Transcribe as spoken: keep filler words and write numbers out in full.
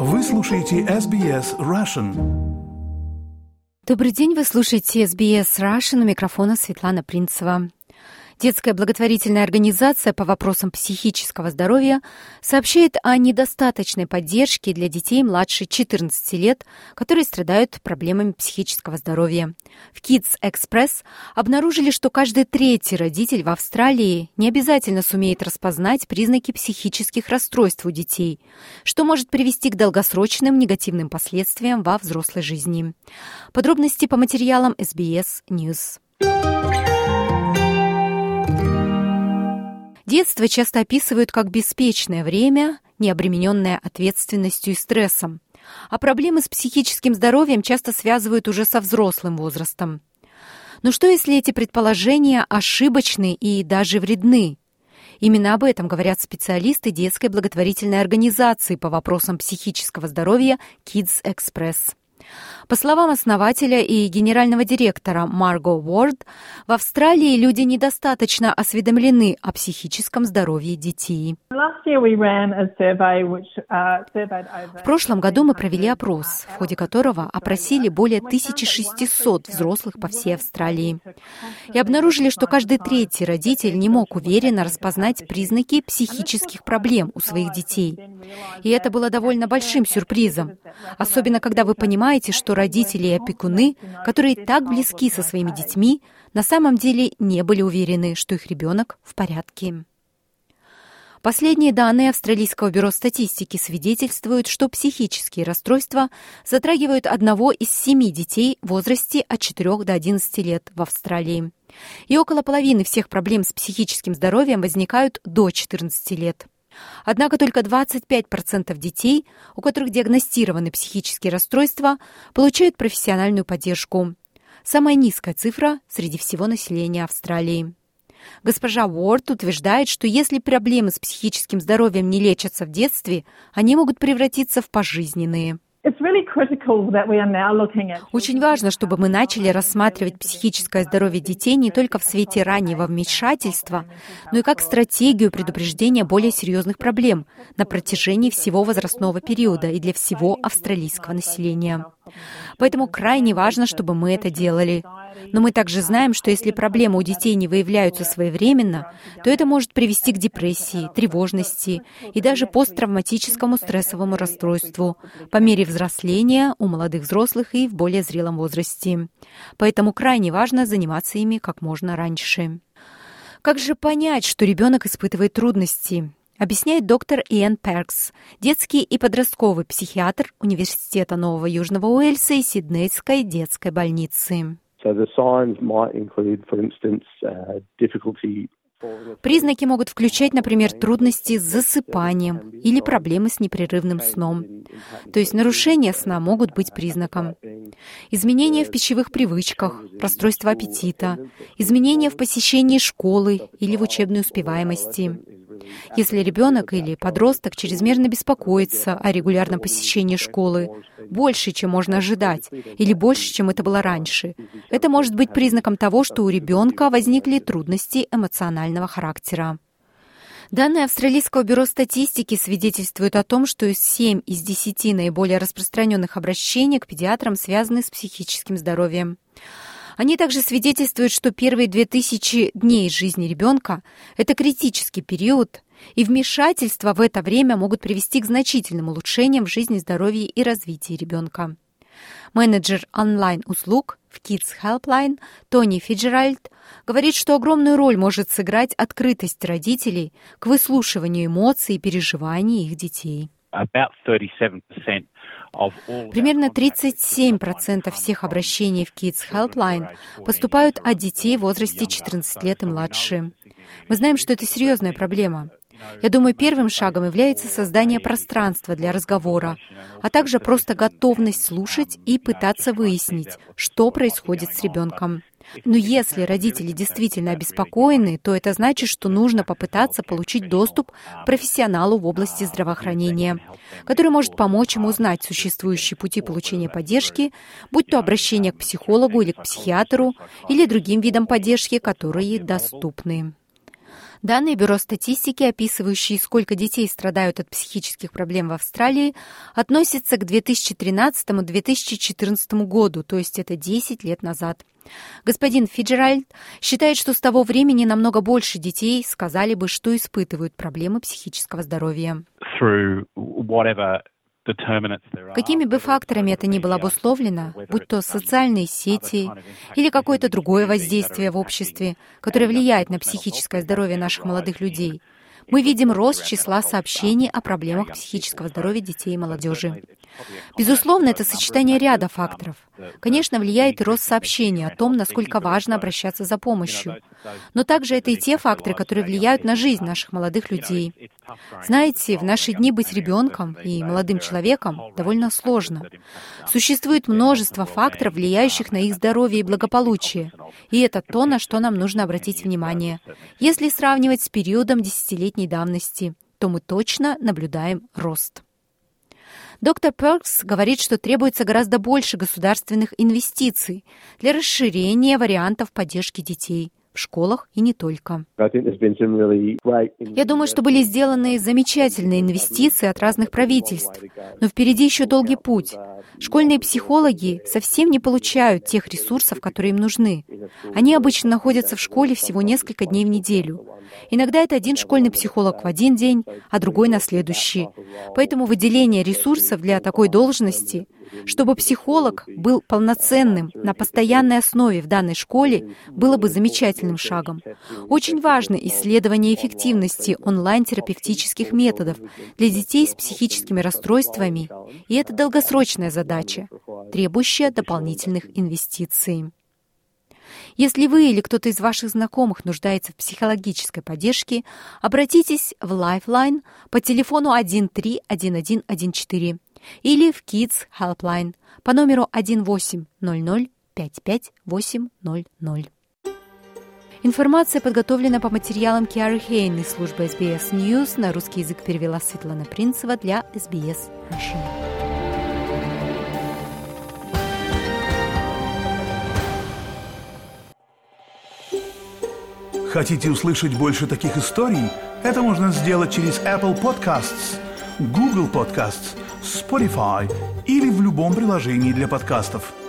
Вы слушаете эс би эс Russian. Добрый день, вы слушаете эс би эс Russian, у микрофона Светлана Принцева. Детская благотворительная организация по вопросам психического здоровья сообщает о недостаточной поддержке для детей младше четырнадцати лет, которые страдают проблемами психического здоровья. В Kids Express обнаружили, что каждый третий родитель в Австралии не обязательно сумеет распознать признаки психических расстройств у детей, что может привести к долгосрочным негативным последствиям во взрослой жизни. Подробности по материалам эс би эс News. Детство часто описывают как беспечное время, не обремененное ответственностью и стрессом, а проблемы с психическим здоровьем часто связывают уже со взрослым возрастом. Но что, если эти предположения ошибочны и даже вредны? Именно об этом говорят специалисты детской благотворительной организации по вопросам психического здоровья Kids Express. По словам основателя и генерального директора Марго Уорд, в Австралии люди недостаточно осведомлены о психическом здоровье детей. В прошлом году мы провели опрос, в ходе которого опросили более тысячи шестисот взрослых по всей Австралии. И обнаружили, что каждый третий родитель не мог уверенно распознать признаки психических проблем у своих детей. И это было довольно большим сюрпризом, особенно когда вы понимаете, что родители и опекуны, которые так близки со своими детьми, на самом деле не были уверены, что их ребенок в порядке. Последние данные Австралийского бюро статистики свидетельствуют, что психические расстройства затрагивают одного из семи детей в возрасте от четырёх до одиннадцати лет в Австралии. И около половины всех проблем с психическим здоровьем возникают до четырнадцати лет. Однако только двадцать пять процентов детей, у которых диагностированы психические расстройства, получают профессиональную поддержку. Самая низкая цифра среди всего населения Австралии. Госпожа Уорд утверждает, что если проблемы с психическим здоровьем не лечатся в детстве, они могут превратиться в пожизненные. Очень важно, чтобы мы начали рассматривать психическое здоровье детей не только в свете раннего вмешательства, но и как стратегию предупреждения более серьезных проблем на протяжении всего возрастного периода и для всего австралийского населения. Поэтому крайне важно, чтобы мы это делали. Но мы также знаем, что если проблемы у детей не выявляются своевременно, то это может привести к депрессии, тревожности и даже посттравматическому стрессовому расстройству по мере взросления у молодых взрослых и в более зрелом возрасте. Поэтому крайне важно заниматься ими как можно раньше. Как же понять, что ребенок испытывает трудности? Объясняет доктор Иэн Перкс, детский и подростковый психиатр Университета Нового Южного Уэльса и Сиднейской детской больницы. Признаки могут включать, например, трудности с засыпанием или проблемы с непрерывным сном. То есть нарушения сна могут быть признаком. Изменения в пищевых привычках, расстройство аппетита, изменения в посещении школы или в учебной успеваемости. Если ребенок или подросток чрезмерно беспокоится о регулярном посещении школы, больше, чем можно ожидать, или больше, чем это было раньше, это может быть признаком того, что у ребенка возникли трудности эмоционального характера. Данные Австралийского бюро статистики свидетельствуют о том, что семь из десяти наиболее распространенных обращений к педиатрам связаны с психическим здоровьем. Они также свидетельствуют, что первые две тысячи дней жизни ребенка – это критический период, и вмешательства в это время могут привести к значительным улучшениям в жизни, здоровье и развитии ребенка. Менеджер онлайн-услуг в Kids Helpline Тони Фиджеральд говорит, что огромную роль может сыграть открытость родителей к выслушиванию эмоций и переживаний их детей. Примерно тридцать семь процентов всех обращений в Kids Helpline поступают от детей в возрасте четырнадцати лет и младше. Мы знаем, что это серьезная проблема. Я думаю, первым шагом является создание пространства для разговора, а также просто готовность слушать и пытаться выяснить, что происходит с ребенком. Но если родители действительно обеспокоены, то это значит, что нужно попытаться получить доступ к профессионалу в области здравоохранения, который может помочь им узнать существующие пути получения поддержки, будь то обращение к психологу или к психиатру, или другим видам поддержки, которые доступны. Данные Бюро статистики, описывающие, сколько детей страдают от психических проблем в Австралии, относятся к две тысячи тринадцатому — две тысячи четырнадцатому году, то есть это десять лет назад. Господин Фиджеральд считает, что с того времени намного больше детей сказали бы, что испытывают проблемы психического здоровья. Какими бы факторами это ни было обусловлено, будь то социальные сети или какое-то другое воздействие в обществе, которое влияет на психическое здоровье наших молодых людей, мы видим рост числа сообщений о проблемах психического здоровья детей и молодежи. Безусловно, это сочетание ряда факторов. Конечно, влияет и рост сообщений о том, насколько важно обращаться за помощью. Но также это и те факторы, которые влияют на жизнь наших молодых людей. Знаете, в наши дни быть ребенком и молодым человеком довольно сложно. Существует множество факторов, влияющих на их здоровье и благополучие. И это то, на что нам нужно обратить внимание. Если сравнивать с периодом десятилетней давности, то мы точно наблюдаем рост. Доктор Перкс говорит, что требуется гораздо больше государственных инвестиций для расширения вариантов поддержки детей в школах и не только. Я думаю, что были сделаны замечательные инвестиции от разных правительств, но впереди еще долгий путь. Школьные психологи совсем не получают тех ресурсов, которые им нужны. Они обычно находятся в школе всего несколько дней в неделю. Иногда это один школьный психолог в один день, а другой на следующий. Поэтому выделение ресурсов для такой должности, чтобы психолог был полноценным на постоянной основе в данной школе, было бы замечательным шагом. Очень важно исследование эффективности онлайн-терапевтических методов для детей с психическими расстройствами, и это долгосрочная задача, требующая дополнительных инвестиций. Если вы или кто-то из ваших знакомых нуждается в психологической поддержке, обратитесь в Lifeline по телефону один три один один один четыре или в Kids Helpline по номеру один восемь ноль ноль пять пять восемь ноль ноль. Информация подготовлена по материалам Киары Хейн из службы эс би эс News. На русский язык перевела Светлана Принцева для эс би эс Russian. Хотите услышать больше таких историй? Это можно сделать через Apple Podcasts, Google Podcasts, Spotify или в любом приложении для подкастов.